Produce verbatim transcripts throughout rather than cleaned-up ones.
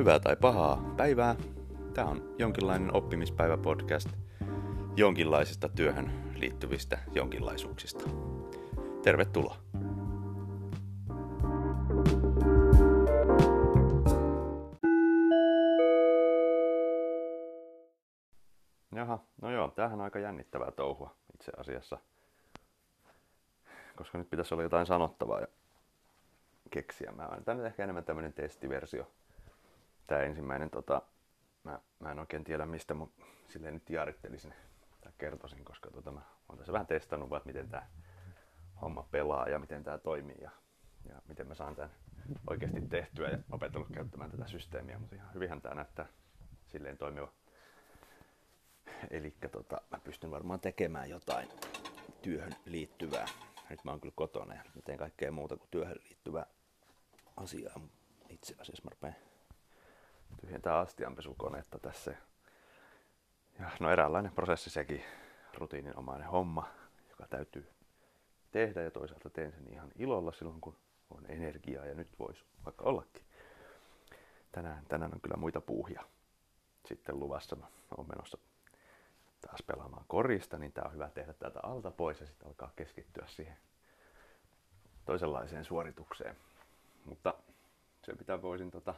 hyvää tai pahaa päivää. Tämä on jonkinlainen oppimispäivä-podcast jonkinlaisista työhön liittyvistä jonkinlaisuuksista. Tervetuloa! Jaha, no joo, tämähän on aika jännittävää touhua itse asiassa. Koska nyt pitäisi olla jotain sanottavaa ja keksiä. Mä olen nyt ehkä enemmän tämmönen testiversio. Tää ensimmäinen, tota, mä, mä en oikein tiedä mistä mun silleen nyt jaarittelisin tai kertoisin, koska tota, mä oon tässä vähän testannut, että miten tää homma pelaa ja miten tää toimii ja, ja miten mä saan tän oikeasti tehtyä ja opetellut käyttämään tätä systeemiä, mutta ihan hyvinhän tää näyttää silleen toimiva. Elikkä tota, mä pystyn varmaan tekemään jotain työhön liittyvää. Nyt mä oon kyllä kotona ja mä teen kaikkea muuta kuin työhön liittyvää asiaa. Itse asiassa mä rupean tyhjentää astianpesukonetta tässä. Ja no eräänlainen prosessi sekin, rutiininomainen homma, joka täytyy tehdä ja toisaalta teen sen ihan ilolla silloin kun on energiaa ja nyt voisi vaikka ollakin. Tänään, tänään on kyllä muita puuhia sitten luvassa. Mä oon menossa taas pelaamaan korista, niin tää on hyvä tehdä täältä alta pois ja sitten alkaa keskittyä siihen toisenlaiseen suoritukseen. Mutta se mitä voisin tota,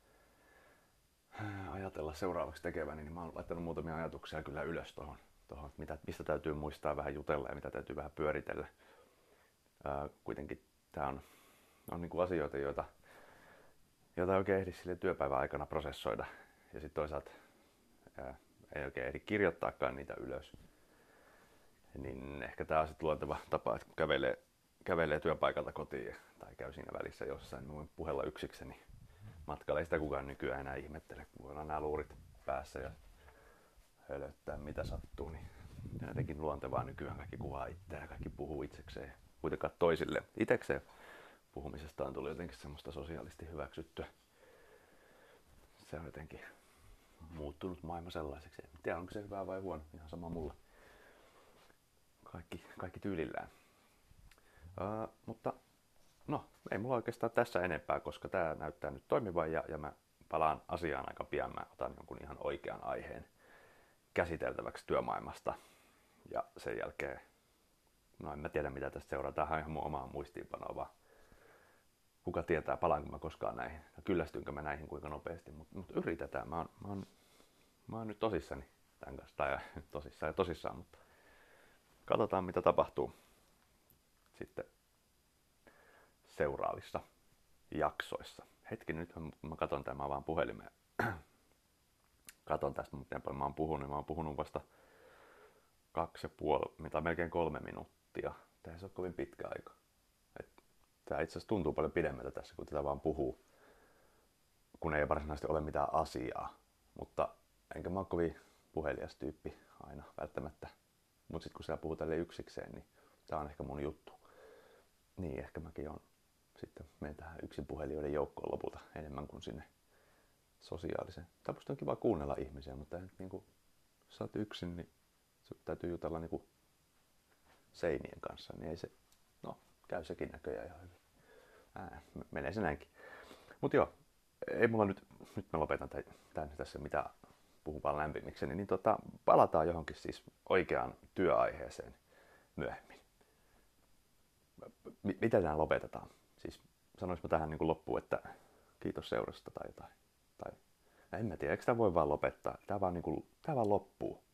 ajatella seuraavaksi tekeväni, niin mä oon laittanut muutamia ajatuksia kyllä ylös tohon, tohon mitä, mistä täytyy muistaa vähän jutella ja mitä täytyy vähän pyöritellä. Ää, kuitenkin tää on, on niinku asioita, joita, joita ei oikein ehdi sille työpäivän aikana prosessoida ja sitten toisaalta ää, ei oikein ehdi kirjoittaakaan niitä ylös. Niin ehkä tää on sit luonteva tapa, että kun kävelee, kävelee työpaikalta kotiin tai käy siinä välissä jossain, niin voin puhella yksikseni. Matkalla ei sitä kukaan nykyään enää ihmettele, kun voidaan nämä luurit päässä ja hölöttää mitä sattuu. Niin jotenkin luontevaa nykyään kaikki kuvaa itseään ja kaikki puhuu itsekseen. Kuitenkaan toisille itsekseen puhumisesta on tullut jotenkin semmoista sosiaalisesti hyväksyttyä. Se on jotenkin muuttunut maailma sellaiseksi. En tiedä, onko se hyvä vai huono. Ihan sama mulla. Kaikki, kaikki tyylillään. Uh, mutta no, ei mulla oikeastaan tässä enempää, koska tää näyttää nyt toimivan ja, ja mä palaan asiaan aika pian. Mä otan jonkun ihan oikean aiheen käsiteltäväksi työmaailmasta. Ja sen jälkeen, no en mä tiedä mitä tästä seuraa. Tämähän on ihan mun omaa muistiinpanoa vaan. Kuka tietää, palaanko mä koskaan näihin. Ja kyllästynkö mä näihin kuinka nopeasti. Mutta mut yritetään. Mä oon, mä, oon, mä oon nyt tosissani tämän kanssa. Tai tosissaan ja tosissaan, mutta katsotaan mitä tapahtuu sitten seuraavissa jaksoissa. Hetki nyt, mä katon tämän, mä vaan puhelimeen. Katon tästä, miten paljon mä oon puhunut. Mä oon puhunut vasta kaksi ja puoli, tai melkein kolme minuuttia. Tää ei se ole kovin pitkä aika. Et tää itse asiassa tuntuu paljon pidemmältä tässä, kun tätä vaan puhuu. Kun ei varsinaisesti ole mitään asiaa. Mutta enkä mä oo kovin puhelias tyyppi aina välttämättä. Mut sit kun siellä puhuu tälleen yksikseen, niin tää on ehkä mun juttu. Niin, ehkä mäkin on sitten menen tähän yksin puhelijoiden joukkoon lopulta enemmän kuin sinne sosiaalisen. Tää on kiva kuunnella ihmisiä, mutta nyt niinku, jos sä oot yksin, niin sun täytyy jutella niinku seinien kanssa, niin ei se, no käy sekin näköjään ihan hyvin. Ää, menee se näinkin. Mut joo, ei mulla nyt, nyt mä lopetan tämän tässä mitä puhun vaan lämpimikseni, niin tota, palataan johonkin siis oikeaan työaiheeseen myöhemmin. M- mitä tähän lopetetaan? Siis sanois mä tähän niin kuin loppuun, että kiitos seurasta tai jotain. Tai, en mä tiedä, eikö tämä voi vaan lopettaa? Tää vaan, niin kuin, tää vaan loppuu.